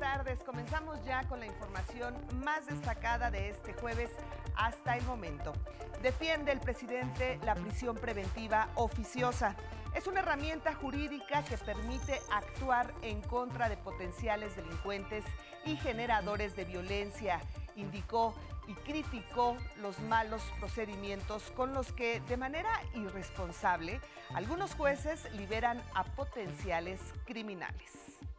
tardes. Comenzamos ya con la información más destacada de este jueves hasta el momento. Defiende el presidente la prisión preventiva oficiosa. Es una herramienta jurídica que permite actuar en contra de potenciales delincuentes y generadores de violencia. Indicó y criticó los malos procedimientos con los que, de manera irresponsable, algunos jueces liberan a potenciales criminales.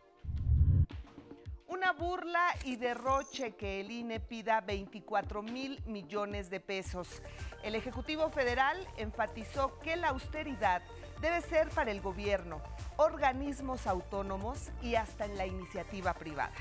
Una burla y derroche que el INE pida 24,000 millones de pesos. El Ejecutivo Federal enfatizó que la austeridad debe ser para el gobierno, organismos autónomos y hasta en la iniciativa privada.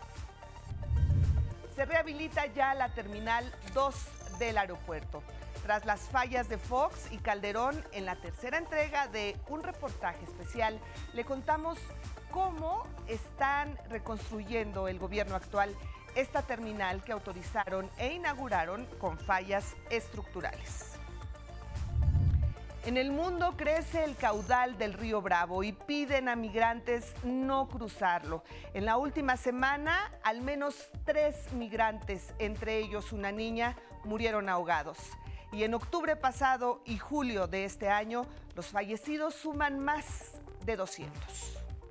Se rehabilita ya la Terminal 2 del aeropuerto. Tras las fallas de Fox y Calderón, en la tercera entrega de un reportaje especial, le contamos cómo están reconstruyendo el gobierno actual esta terminal que autorizaron e inauguraron con fallas estructurales. En el mundo crece el caudal del río Bravo y piden a migrantes no cruzarlo. En la última semana, al menos 3 migrantes, entre ellos una niña, murieron ahogados. Y en octubre pasado y julio de este año, los fallecidos suman más de 200.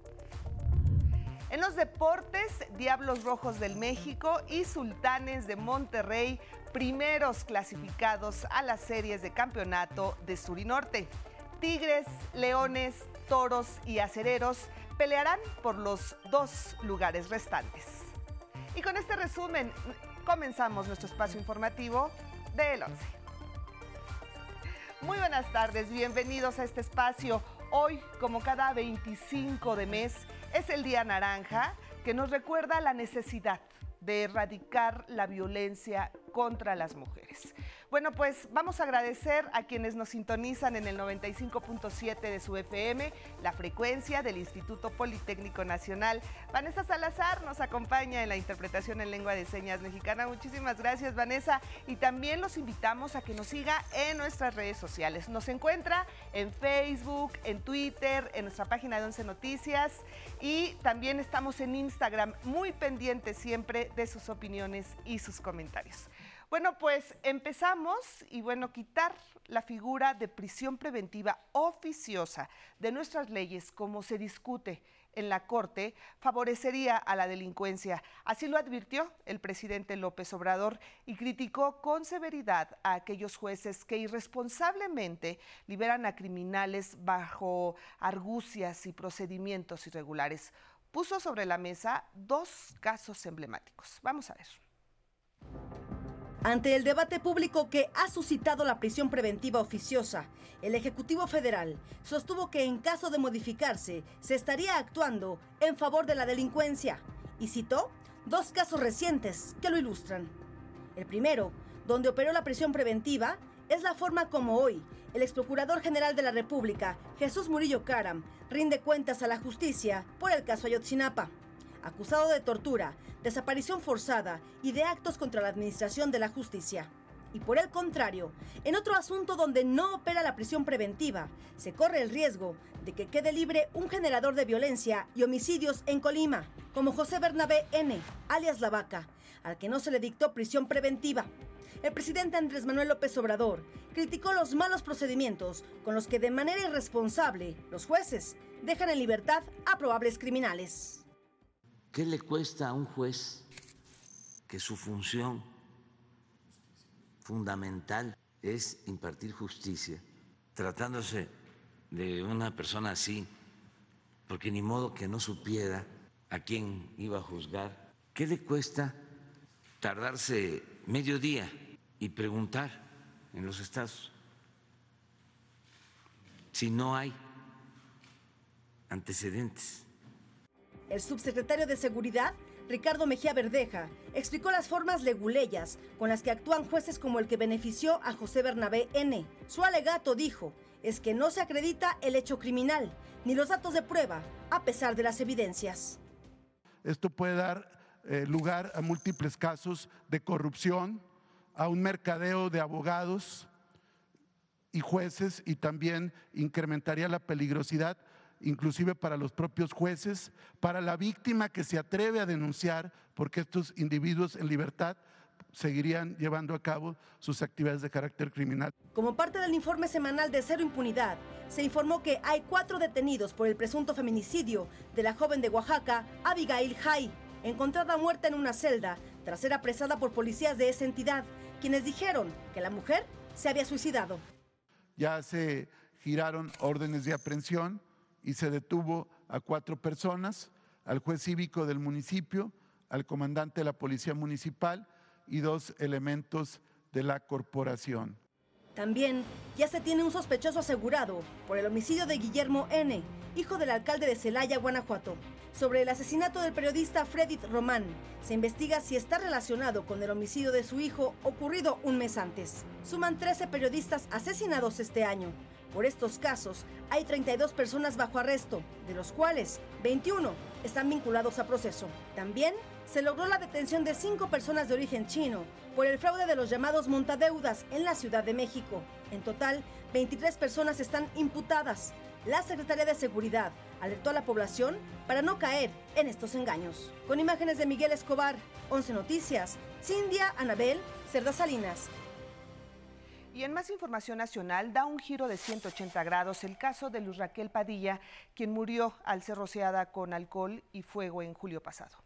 En los deportes, Diablos Rojos del México y Sultanes de Monterrey, primeros clasificados a las series de campeonato de Sur y Norte. Tigres, Leones, Toros y Acereros pelearán por los 2 lugares restantes. Y con este resumen, comenzamos nuestro espacio informativo del 11. Muy buenas tardes, bienvenidos a este espacio. Hoy, como cada 25 de mes, es el Día Naranja, que nos recuerda la necesidad de erradicar la violencia contra las mujeres. Bueno, pues vamos a agradecer a quienes nos sintonizan en el 95.7 de su FM, la frecuencia del Instituto Politécnico Nacional. Vanessa Salazar nos acompaña en la interpretación en lengua de señas mexicana. Muchísimas gracias, Vanessa. Y también los invitamos a que nos siga en nuestras redes sociales. Nos encuentra en Facebook, en Twitter, en nuestra página de 11 Noticias y también estamos en Instagram, muy pendientes siempre de sus opiniones y sus comentarios. Bueno, pues empezamos y quitar la figura de prisión preventiva oficiosa de nuestras leyes, como se discute en la Corte, favorecería a la delincuencia. Así lo advirtió el presidente López Obrador y criticó con severidad a aquellos jueces que irresponsablemente liberan a criminales bajo argucias y procedimientos irregulares. Puso sobre la mesa 2 casos emblemáticos. Vamos a ver. Ante el debate público que ha suscitado la prisión preventiva oficiosa, el Ejecutivo Federal sostuvo que en caso de modificarse, se estaría actuando en favor de la delincuencia y citó 2 casos recientes que lo ilustran. El primero, donde operó la prisión preventiva, es la forma como hoy el exprocurador general de la República, Jesús Murillo Caram, rinde cuentas a la justicia por el caso Ayotzinapa. Acusado de tortura, desaparición forzada y de actos contra la administración de la justicia. Y por el contrario, en otro asunto donde no opera la prisión preventiva, se corre el riesgo de que quede libre un generador de violencia y homicidios en Colima, como José Bernabé N., alias La Vaca, al que no se le dictó prisión preventiva. El presidente Andrés Manuel López Obrador criticó los malos procedimientos con los que de manera irresponsable los jueces dejan en libertad a probables criminales. ¿Qué le cuesta a un juez que su función fundamental es impartir justicia, tratándose de una persona así, porque ni modo que no supiera a quién iba a juzgar? ¿Qué le cuesta tardarse medio día y preguntar en los estados si no hay antecedentes? El subsecretario de Seguridad, Ricardo Mejía Verdeja, explicó las formas leguleyas con las que actúan jueces como el que benefició a José Bernabé N. Su alegato, dijo, es que no se acredita el hecho criminal ni los datos de prueba, a pesar de las evidencias. Esto puede dar lugar a múltiples casos de corrupción, a un mercadeo de abogados y jueces, y también incrementaría la peligrosidad inclusive para los propios jueces, para la víctima que se atreve a denunciar, porque estos individuos en libertad seguirían llevando a cabo sus actividades de carácter criminal. Como parte del informe semanal de Cero Impunidad, se informó que hay 4 detenidos por el presunto feminicidio de la joven de Oaxaca, Abigail Jai, encontrada muerta en una celda tras ser apresada por policías de esa entidad, quienes dijeron que la mujer se había suicidado. Ya se giraron órdenes de aprehensión y se detuvo a 4 personas, al juez cívico del municipio, al comandante de la Policía Municipal y 2 elementos de la corporación. También ya se tiene un sospechoso asegurado por el homicidio de Guillermo N., hijo del alcalde de Celaya, Guanajuato. Sobre el asesinato del periodista Freddy Román, se investiga si está relacionado con el homicidio de su hijo ocurrido un mes antes. Suman 13 periodistas asesinados este año. Por estos casos, hay 32 personas bajo arresto, de los cuales 21 están vinculados a proceso. También se logró la detención de 5 personas de origen chino por el fraude de los llamados montadeudas en la Ciudad de México. En total, 23 personas están imputadas. La Secretaría de Seguridad alertó a la población para no caer en estos engaños. Con imágenes de Miguel Escobar, 11 Noticias, Cindia Anabel Cerda Salinas. Y en más información nacional, da un giro de 180 grados el caso de Luz Raquel Padilla, quien murió al ser rociada con alcohol y fuego en julio pasado.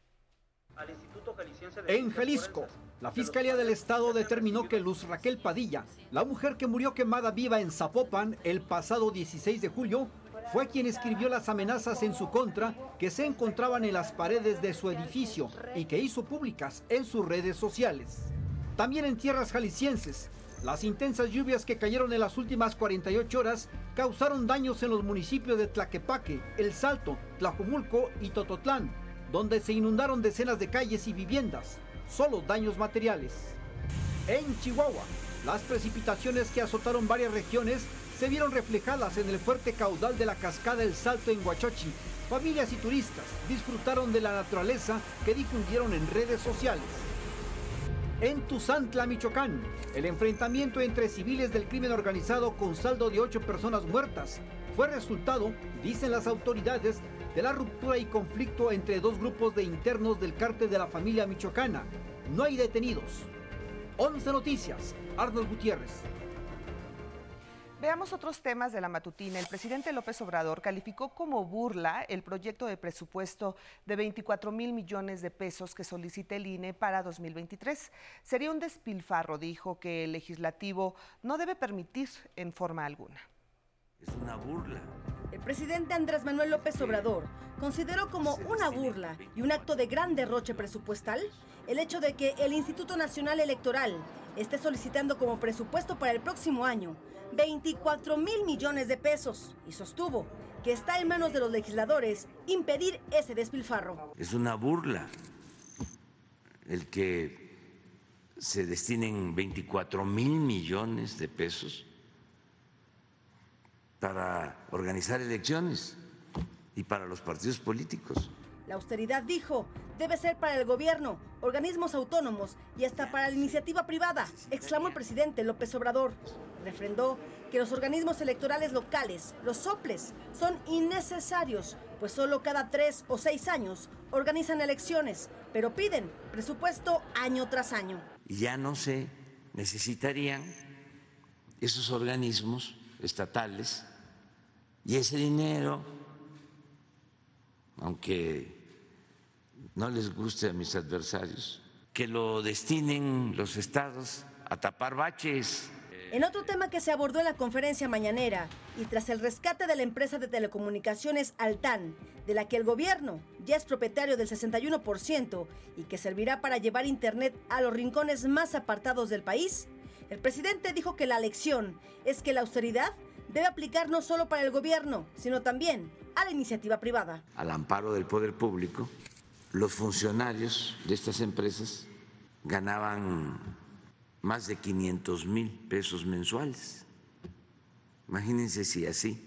En Jalisco, la Fiscalía del Estado determinó que Luz Raquel Padilla, la mujer que murió quemada viva en Zapopan el pasado 16 de julio, fue quien escribió las amenazas en su contra que se encontraban en las paredes de su edificio y que hizo públicas en sus redes sociales. También en tierras jaliscienses, las intensas lluvias que cayeron en las últimas 48 horas causaron daños en los municipios de Tlaquepaque, El Salto, Tlajomulco y Tototlán, donde se inundaron decenas de calles y viviendas, solo daños materiales. En Chihuahua, las precipitaciones que azotaron varias regiones se vieron reflejadas en el fuerte caudal de la cascada El Salto en Huachochi. Familias y turistas disfrutaron de la naturaleza que difundieron en redes sociales. En Tuzantla, Michoacán, el enfrentamiento entre civiles del crimen organizado con saldo de 8 personas muertas fue resultado, dicen las autoridades, de la ruptura y conflicto entre 2 grupos de internos del cártel de la familia michoacana. No hay detenidos. 11 Noticias, Arnold Gutiérrez. Veamos otros temas de la matutina. El presidente López Obrador calificó como burla el proyecto de presupuesto de 24,000 millones de pesos que solicita el INE para 2023. Sería un despilfarro, dijo, que el legislativo no debe permitir en forma alguna. Es una burla. El presidente Andrés Manuel López Obrador consideró como una burla y un acto de gran derroche presupuestal el hecho de que el Instituto Nacional Electoral esté solicitando como presupuesto para el próximo año 24,000 millones de pesos y sostuvo que está en manos de los legisladores impedir ese despilfarro. Es una burla el que se destinen 24,000 millones de pesos para organizar elecciones y para los partidos políticos. La austeridad, dijo, debe ser para el gobierno, organismos autónomos y hasta para la iniciativa privada, exclamó el presidente López Obrador. Refrendó que los organismos electorales locales, los soples, son innecesarios, pues solo cada 3 o 6 años organizan elecciones, pero piden presupuesto año tras año. Y ya no se necesitarían esos organismos estatales y ese dinero, aunque no les guste a mis adversarios, que lo destinen los estados a tapar baches. En otro tema que se abordó en la conferencia mañanera y tras el rescate de la empresa de telecomunicaciones Altán, de la que el gobierno ya es propietario del 61% y que servirá para llevar internet a los rincones más apartados del país, el presidente dijo que la lección es que la austeridad debe aplicar no solo para el gobierno, sino también a la iniciativa privada. Al amparo del poder público, los funcionarios de estas empresas ganaban más de 500,000 pesos mensuales. Imagínense si así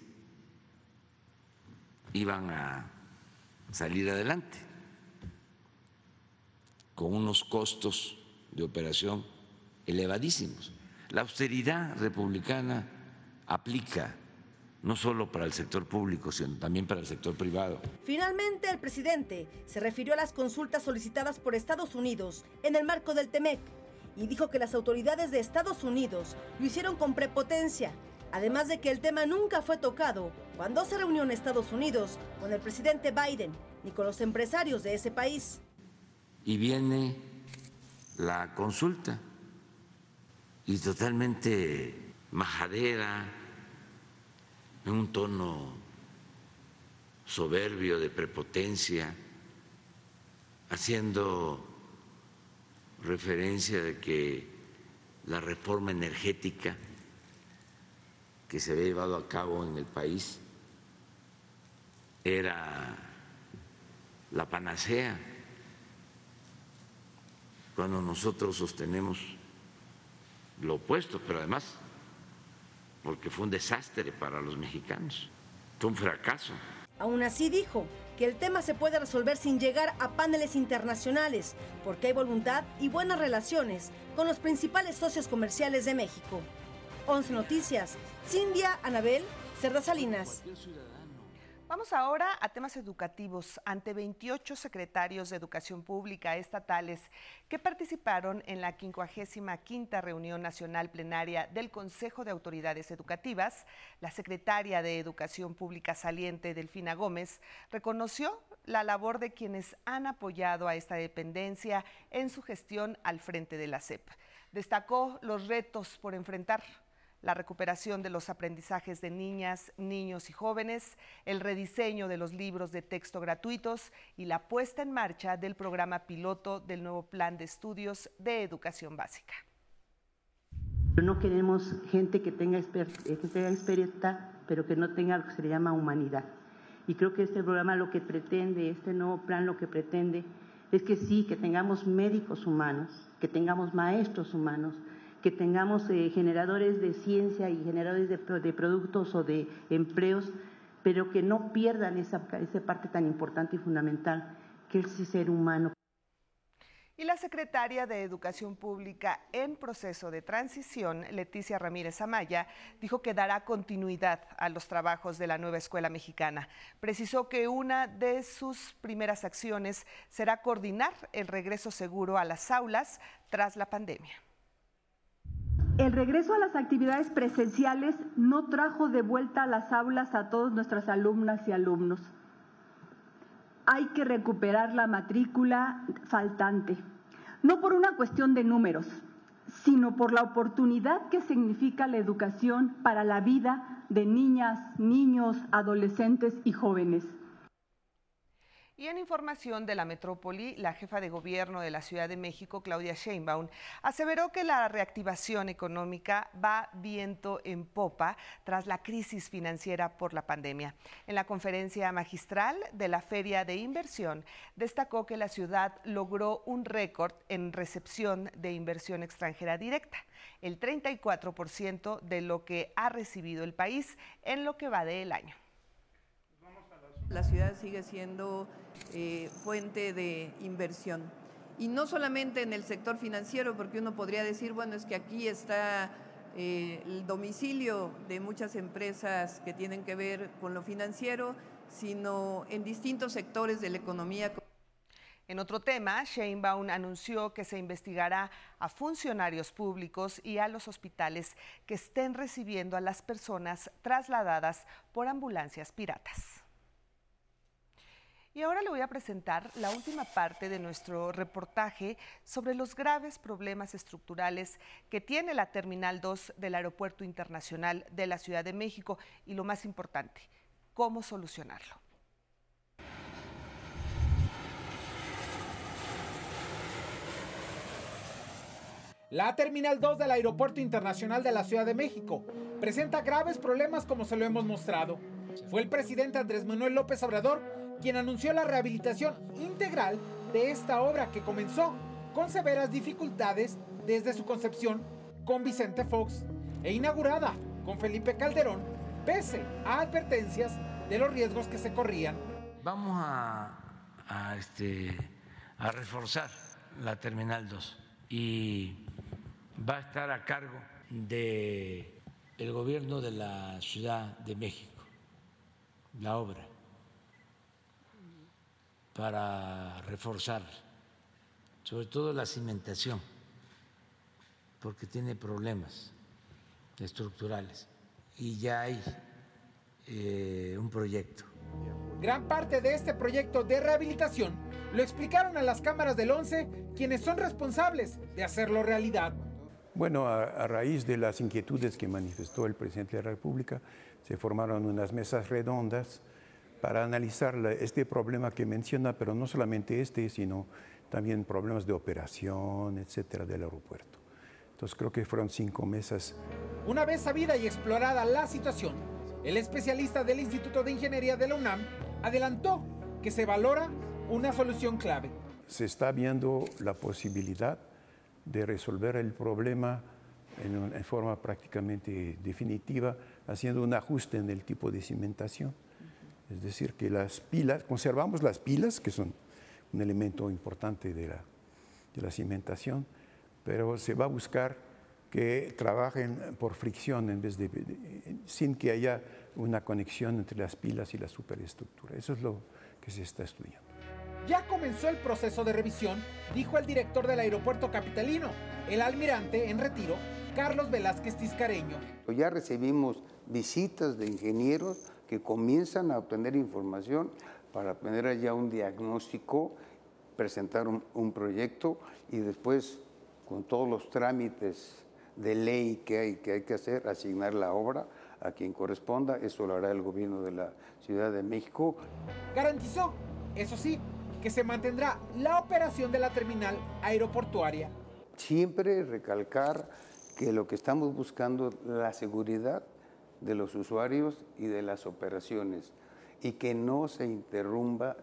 iban a salir adelante, con unos costos de operación elevadísimos. La austeridad republicana aplica no solo para el sector público, sino también para el sector privado. Finalmente, el presidente se refirió a las consultas solicitadas por Estados Unidos en el marco del TEMEC y dijo que las autoridades de Estados Unidos lo hicieron con prepotencia, además de que el tema nunca fue tocado cuando se reunió en Estados Unidos con el presidente Biden ni con los empresarios de ese país. Y viene la consulta y totalmente majadera, en un tono soberbio, de prepotencia, haciendo referencia de que la reforma energética que se había llevado a cabo en el país era la panacea, cuando nosotros sostenemos lo opuesto, pero además porque fue un desastre para los mexicanos, fue un fracaso. Aún así dijo que el tema se puede resolver sin llegar a paneles internacionales, porque hay voluntad y buenas relaciones con los principales socios comerciales de México. 11 Noticias, Cindia Anabel Cerda Salinas. Vamos ahora a temas educativos. Ante 28 secretarios de Educación Pública estatales que participaron en la 55ª Reunión Nacional Plenaria del Consejo de Autoridades Educativas, la secretaria de Educación Pública saliente, Delfina Gómez, reconoció la labor de quienes han apoyado a esta dependencia en su gestión al frente de la SEP. Destacó los retos por enfrentar: la recuperación de los aprendizajes de niñas, niños y jóvenes, el rediseño de los libros de texto gratuitos y la puesta en marcha del programa piloto del nuevo Plan de Estudios de Educación Básica. No queremos gente que tenga experiencia, pero que no tenga lo que se le llama humanidad. Y creo que este programa lo que pretende, este nuevo plan lo que pretende, es que sí, que tengamos médicos humanos, que tengamos maestros humanos, que tengamos generadores de ciencia y generadores de productos o de empleos, pero que no pierdan esa parte tan importante y fundamental que es el ser humano. Y la secretaria de Educación Pública en proceso de transición, Leticia Ramírez Amaya, dijo que dará continuidad a los trabajos de la nueva escuela mexicana. Precisó que una de sus primeras acciones será coordinar el regreso seguro a las aulas tras la pandemia. El regreso a las actividades presenciales no trajo de vuelta a las aulas a todas nuestras alumnas y alumnos. Hay que recuperar la matrícula faltante, no por una cuestión de números, sino por la oportunidad que significa la educación para la vida de niñas, niños, adolescentes y jóvenes. Y en información de la metrópoli, la jefa de gobierno de la Ciudad de México, Claudia Sheinbaum, aseveró que la reactivación económica va viento en popa tras la crisis financiera por la pandemia. En la conferencia magistral de la Feria de Inversión, destacó que la ciudad logró un récord en recepción de inversión extranjera directa, el 34% de lo que ha recibido el país en lo que va del año. La ciudad sigue siendo fuente de inversión. Y no solamente en el sector financiero, porque uno podría decir, bueno, es que aquí está el domicilio de muchas empresas que tienen que ver con lo financiero, sino en distintos sectores de la economía. En otro tema, Sheinbaum anunció que se investigará a funcionarios públicos y a los hospitales que estén recibiendo a las personas trasladadas por ambulancias piratas. Y ahora le voy a presentar la última parte de nuestro reportaje sobre los graves problemas estructurales que tiene la Terminal 2 del Aeropuerto Internacional de la Ciudad de México y, lo más importante, cómo solucionarlo. La Terminal 2 del Aeropuerto Internacional de la Ciudad de México presenta graves problemas, como se lo hemos mostrado. Fue el presidente Andrés Manuel López Obrador quien anunció la rehabilitación integral de esta obra, que comenzó con severas dificultades desde su concepción con Vicente Fox e inaugurada con Felipe Calderón, pese a advertencias de los riesgos que se corrían. Vamos a reforzar la Terminal 2 y va a estar a cargo del gobierno de la Ciudad de México. la obra para reforzar, sobre todo la cimentación, porque tiene problemas estructurales y ya hay un proyecto. Gran parte de este proyecto de rehabilitación lo explicaron a las cámaras del 11, quienes son responsables de hacerlo realidad. Bueno, a raíz de las inquietudes que manifestó el presidente de la República, se formaron unas mesas redondas para analizar este problema que menciona, pero no solamente este, sino también problemas de operación, etcétera, del aeropuerto. Entonces creo que fueron 5 mesas. Una vez sabida y explorada la situación, el especialista del Instituto de Ingeniería de la UNAM adelantó que se valora una solución clave. Se está viendo la posibilidad de resolver el problema en forma prácticamente definitiva, haciendo un ajuste en el tipo de cimentación. Es decir, que las pilas, conservamos las pilas, que son un elemento importante de la cimentación, pero se va a buscar que trabajen por fricción en vez sin que haya una conexión entre las pilas y la superestructura. Eso es lo que se está estudiando. Ya comenzó el proceso de revisión, dijo el director del aeropuerto capitalino, el almirante en retiro, Carlos Velázquez Tiscareño. Ya recibimos visitas de ingenieros que comienzan a obtener información para tener ya un diagnóstico, presentar un proyecto y después, con todos los trámites de ley que hay que hacer, asignar la obra a quien corresponda. Eso lo hará el gobierno de la Ciudad de México. Garantizó, eso sí, que se mantendrá la operación de la terminal aeroportuaria. Siempre recalcar que lo que estamos buscando es la seguridad de los usuarios y de las operaciones y que no se interrumpa,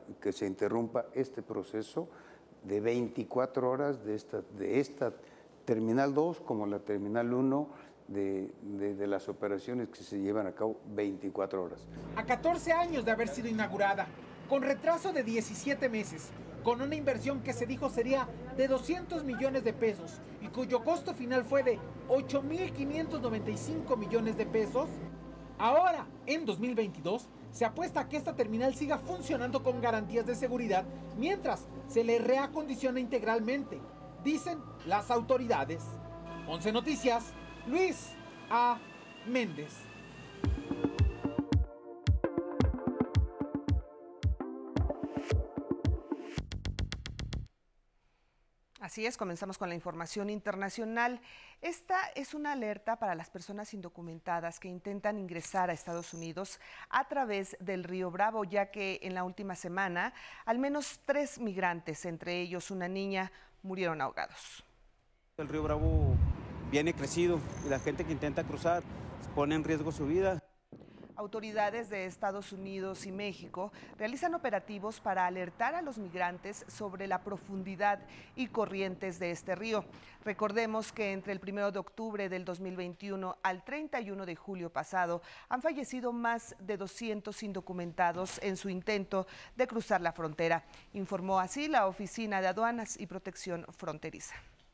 este proceso de 24 horas de esta Terminal 2 como la Terminal 1 de las operaciones que se llevan a cabo 24 horas. A 14 años de haber sido inaugurada, con retraso de 17 meses, con una inversión que se dijo sería de 200 millones de pesos y cuyo costo final fue de 8.595 millones de pesos, ahora, en 2022, se apuesta a que esta terminal siga funcionando con garantías de seguridad mientras se le reacondiciona integralmente, dicen las autoridades. 11 Noticias, Luis A. Méndez. Así es, comenzamos con la información internacional. Esta es una alerta para las personas indocumentadas que intentan ingresar a Estados Unidos a través del río Bravo, ya que en la última semana al menos 3 migrantes, entre ellos una niña, murieron ahogados. El río Bravo viene crecido y la gente que intenta cruzar pone en riesgo su vida. Autoridades de Estados Unidos y México realizan operativos para alertar a los migrantes sobre la profundidad y corrientes de este río. Recordemos que entre el 1 de octubre del 2021 al 31 de julio pasado han fallecido más de 200 indocumentados en su intento de cruzar la frontera, informó así la Oficina de Aduanas y Protección Fronteriza.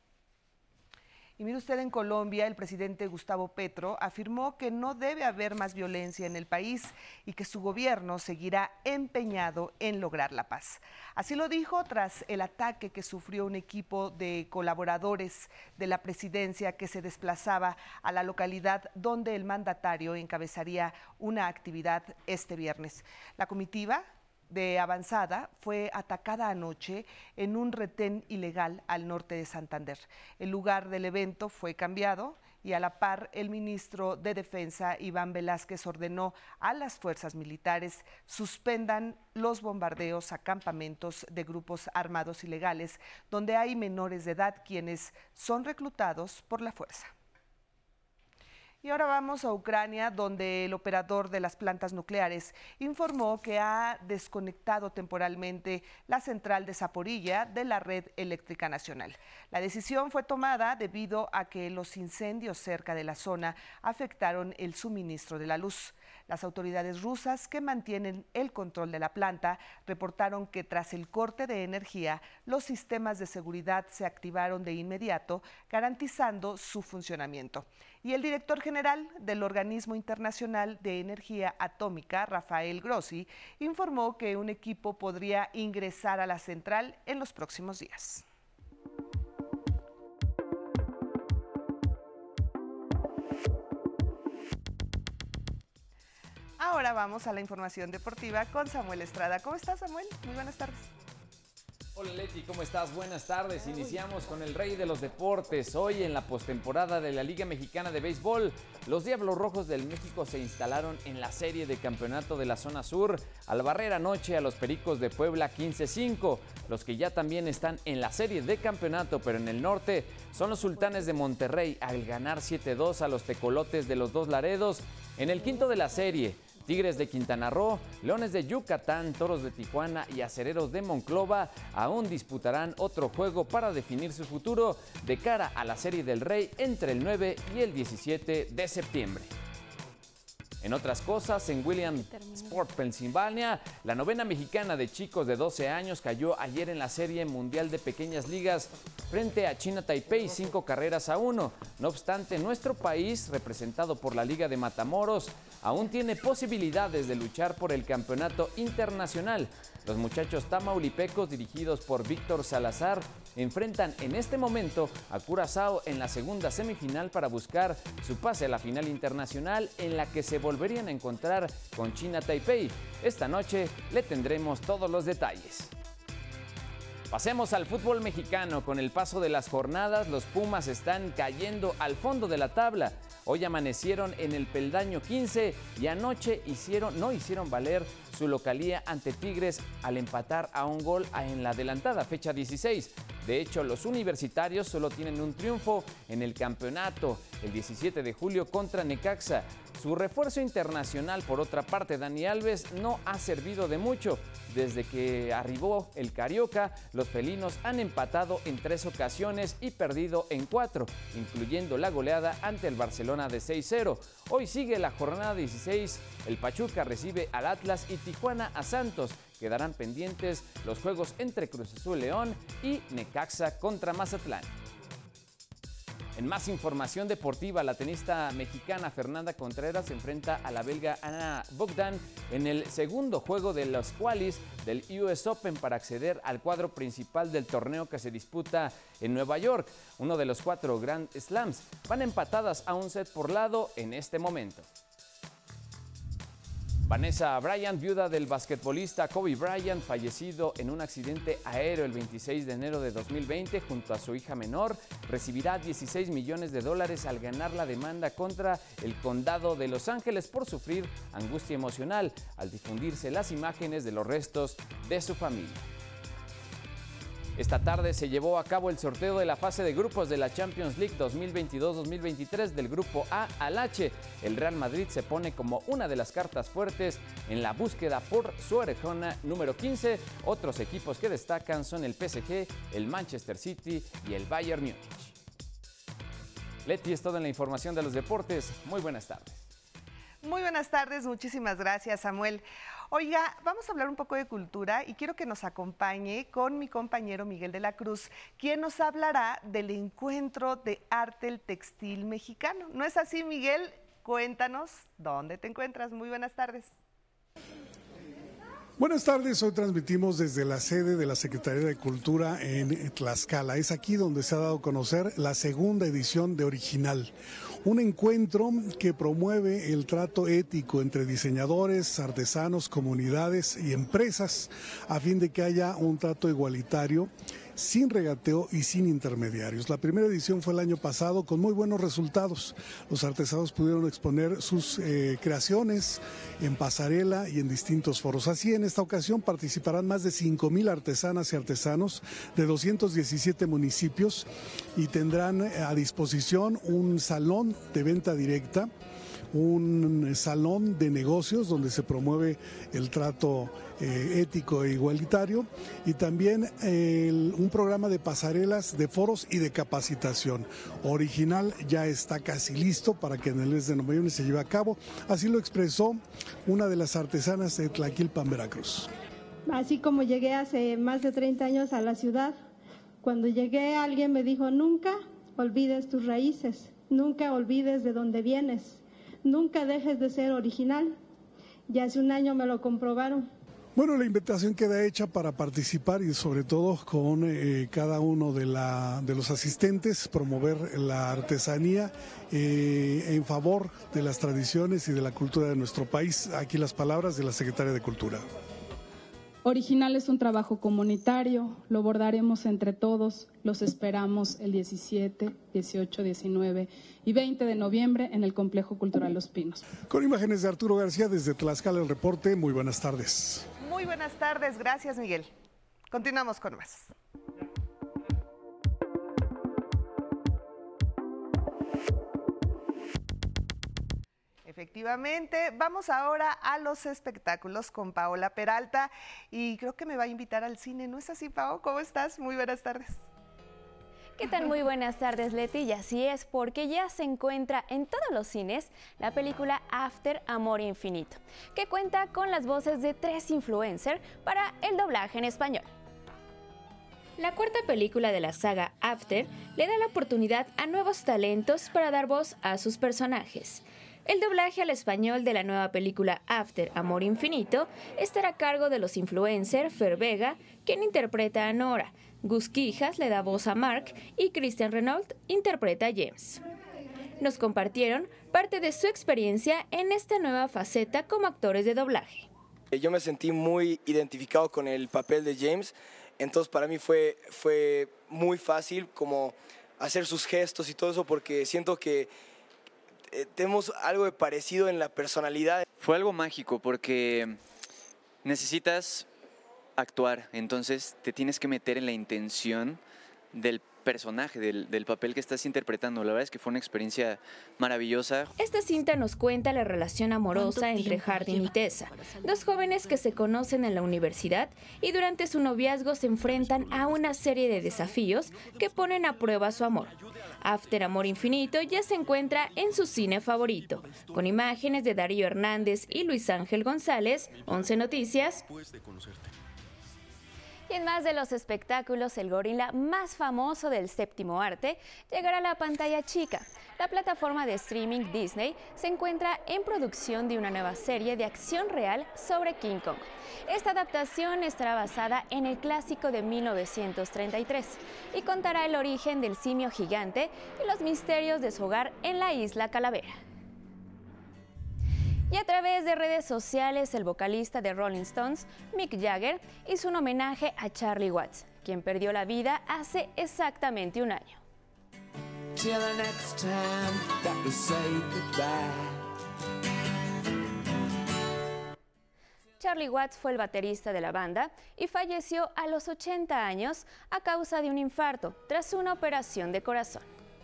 Y mire usted, en Colombia, el presidente Gustavo Petro afirmó que no debe haber más violencia en el país y que su gobierno seguirá empeñado en lograr la paz. Así lo dijo tras el ataque que sufrió un equipo de colaboradores de la presidencia que se desplazaba a la localidad donde el mandatario encabezaría una actividad este viernes. La comitiva de avanzada fue atacada anoche en un retén ilegal al norte de Santander. El lugar del evento fue cambiado y a la par el ministro de Defensa, Iván Velázquez, ordenó a las fuerzas militares suspendan los bombardeos a campamentos de grupos armados ilegales donde hay menores de edad quienes son reclutados por la fuerza. Y ahora vamos a Ucrania, donde el operador de las plantas nucleares informó que ha desconectado temporalmente la central de Zaporilla de la red eléctrica nacional. La decisión fue tomada debido a que los incendios cerca de la zona afectaron el suministro de la luz. Las autoridades rusas que mantienen el control de la planta reportaron que tras el corte de energía, los sistemas de seguridad se activaron de inmediato, garantizando su funcionamiento. Y el director general del Organismo Internacional de Energía Atómica, Rafael Grossi, informó que un equipo podría ingresar a la central en los próximos días. Ahora vamos a la información deportiva con Samuel Estrada. ¿Cómo estás, Samuel? Muy buenas tardes. Hola Leti, ¿cómo estás? Buenas tardes. Iniciamos con el rey de los deportes. Hoy en la postemporada de la Liga Mexicana de Béisbol, los Diablos Rojos del México se instalaron en la serie de campeonato de la zona sur al barrer anoche a los Pericos de Puebla 15-5. Los que ya también están en la serie de campeonato, pero en el norte, son los Sultanes de Monterrey al ganar 7-2 a los Tecolotes de los Dos Laredos. En el quinto de la serie, Tigres de Quintana Roo, Leones de Yucatán, Toros de Tijuana y Acereros de Monclova aún disputarán otro juego para definir su futuro de cara a la Serie del Rey entre el 9 y el 17 de septiembre. En otras cosas, en Williamsport, Pensilvania, la novena mexicana de chicos de 12 años cayó ayer en la Serie Mundial de Pequeñas Ligas frente a China Taipei 5-1. No obstante, nuestro país, representado por la Liga de Matamoros, aún tiene posibilidades de luchar por el campeonato internacional. Los muchachos tamaulipecos, dirigidos por Víctor Salazar, enfrentan en este momento a Curazao en la segunda semifinal para buscar su pase a la final internacional, en la que se volverían a encontrar con China Taipei. Esta noche le tendremos todos los detalles. Pasemos al fútbol mexicano. Con el paso de las jornadas, los Pumas están cayendo al fondo de la tabla. Hoy amanecieron en el peldaño 15 y anoche no hicieron valer su localía ante Tigres al empatar a un gol en la adelantada fecha 16. De hecho, los universitarios solo tienen un triunfo en el campeonato, el 17 de julio contra Necaxa. Su refuerzo internacional, por otra parte, Dani Alves, no ha servido de mucho. Desde que arribó el Carioca, los felinos han empatado en 3 ocasiones y perdido en 4, incluyendo la goleada ante el Barcelona de 6-0. Hoy sigue la jornada 16, el Pachuca recibe al Atlas y Tijuana a Santos. Quedarán pendientes los juegos entre Cruz Azul León y Necaxa contra Mazatlán. En más información deportiva, la tenista mexicana Fernanda Contreras se enfrenta a la belga Anna Bogdan en el segundo juego de los qualis del US Open para acceder al cuadro principal del torneo que se disputa en Nueva York, uno de los 4 Grand Slams. Van empatadas a un set por lado en este momento. Vanessa Bryant, viuda del basquetbolista Kobe Bryant, fallecido en un accidente aéreo el 26 de enero de 2020 junto a su hija menor, recibirá $16 millones al ganar la demanda contra el condado de Los Ángeles por sufrir angustia emocional al difundirse las imágenes de los restos de su familia. Esta tarde se llevó a cabo el sorteo de la fase de grupos de la Champions League 2022-2023 del grupo A al H. El Real Madrid se pone como una de las cartas fuertes en la búsqueda por su orejona número 15. Otros equipos que destacan son el PSG, el Manchester City y el Bayern Múnich. Leti, es todo en la información de los deportes. Muy buenas tardes. Muy buenas tardes, muchísimas gracias, Samuel. Oiga, vamos a hablar un poco de cultura y quiero que nos acompañe con mi compañero Miguel de la Cruz, quien nos hablará del encuentro de arte el textil mexicano. ¿No es así, Miguel? Cuéntanos dónde te encuentras. Muy buenas tardes. Buenas tardes, hoy transmitimos desde la sede de la Secretaría de Cultura en Tlaxcala. Es aquí donde se ha dado a conocer la segunda edición de Original, un encuentro que promueve el trato ético entre diseñadores, artesanos, comunidades y empresas a fin de que haya un trato igualitario, sin regateo y sin intermediarios. La primera edición fue el año pasado con muy buenos resultados. Los artesanos pudieron exponer sus creaciones en pasarela y en distintos foros. Así, en esta ocasión participarán más de 5,000 artesanas y artesanos de 217 municipios y tendrán a disposición un salón de venta directa, un salón de negocios donde se promueve el trato ético e igualitario, y también un programa de pasarelas, de foros y de capacitación. Original ya está casi listo para que en el mes de noviembre se lleve a cabo. Así lo expresó una de las artesanas de Tlaquilpan, Veracruz. Así como llegué hace más de 30 años a la ciudad, cuando llegué alguien me dijo: nunca olvides tus raíces, nunca olvides de dónde vienes, nunca dejes de ser original. Y hace un año me lo comprobaron. Bueno, la invitación queda hecha para participar y sobre todo con cada uno de los asistentes, promover la artesanía en favor de las tradiciones y de la cultura de nuestro país. Aquí las palabras de la Secretaria de Cultura. Original es un trabajo comunitario, lo bordaremos entre todos, los esperamos el 17, 18, 19 y 20 de noviembre en el Complejo Cultural Los Pinos. Con imágenes de Arturo García desde Tlaxcala, el reporte. Muy buenas tardes. Muy buenas tardes, gracias Miguel. Continuamos con más. Efectivamente, vamos ahora a los espectáculos con Paola Peralta y creo que me va a invitar al cine, ¿no es así, Pao? ¿Cómo estás? Muy buenas tardes. ¿Qué tal? Muy buenas tardes, Leti. Y así es, porque ya se encuentra en todos los cines la película After Amor Infinito, que cuenta con las voces de 3 influencers para el doblaje en español. La cuarta película de la saga After le da la oportunidad a nuevos talentos para dar voz a sus personajes. El doblaje al español de la nueva película After Amor Infinito estará a cargo de los influencers Fer Vega, quien interpreta a Nora, Gus Quijas le da voz a Mark y Christian Renault interpreta a James. Nos compartieron parte de su experiencia en esta nueva faceta como actores de doblaje. Yo me sentí muy identificado con el papel de James, entonces para mí fue muy fácil como hacer sus gestos y todo eso, porque siento que tenemos algo de parecido en la personalidad. Fue algo mágico porque necesitas actuar, entonces te tienes que meter en la intención del personaje, del papel que estás interpretando. La verdad es que fue una experiencia maravillosa. Esta cinta nos cuenta la relación amorosa entre Hardin y Tessa, 2 jóvenes que se conocen en la universidad y durante su noviazgo se enfrentan a una serie de desafíos que ponen a prueba su amor. After Amor Infinito ya se encuentra en su cine favorito, con imágenes de Darío Hernández y Luis Ángel González, 11 Noticias. Y en más de los espectáculos, el gorila más famoso del séptimo arte llegará a la pantalla chica. La plataforma de streaming Disney se encuentra en producción de una nueva serie de acción real sobre King Kong. Esta adaptación estará basada en el clásico de 1933 y contará el origen del simio gigante y los misterios de su hogar en la isla Calavera. Y a través de redes sociales, el vocalista de Rolling Stones, Mick Jagger, hizo un homenaje a Charlie Watts, quien perdió la vida hace exactamente un año. Charlie Watts fue el baterista de la banda y falleció a los 80 años a causa de un infarto tras una operación de corazón.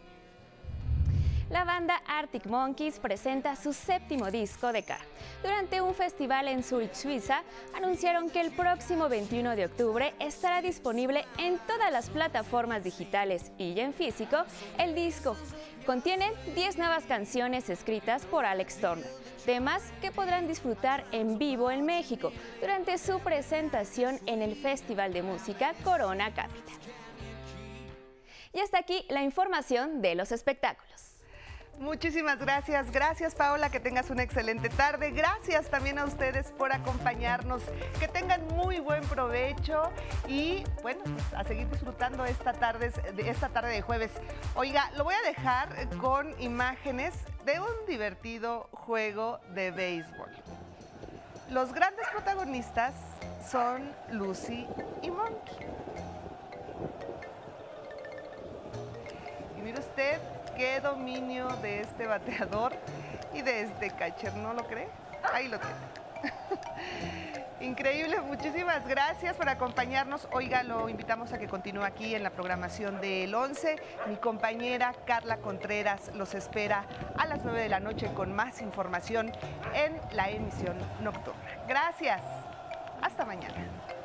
La banda Arctic Monkeys presenta su 7º disco de K. Durante un festival en Zurich, Suiza, anunciaron que el próximo 21 de octubre estará disponible en todas las plataformas digitales y ya en físico el disco. Contiene 10 nuevas canciones escritas por Alex Turner, temas que podrán disfrutar en vivo en México durante su presentación en el Festival de Música Corona Capital. Y hasta aquí la información de los espectáculos. Muchísimas gracias. Gracias, Paola, que tengas una excelente tarde. Gracias también a ustedes por acompañarnos. Que tengan muy buen provecho y, bueno, pues a seguir disfrutando esta tarde de jueves. Oiga, lo voy a dejar con imágenes de un divertido juego de béisbol. Los grandes protagonistas son Lucy y Monkey. Y mire usted qué dominio de este bateador y de este catcher, ¿no lo cree? Ahí lo tiene. Increíble, muchísimas gracias por acompañarnos. Oiga, lo invitamos a que continúe aquí en la programación del 11. Mi compañera Carla Contreras los espera a las 9 de la noche con más información en la emisión nocturna. Gracias. Hasta mañana.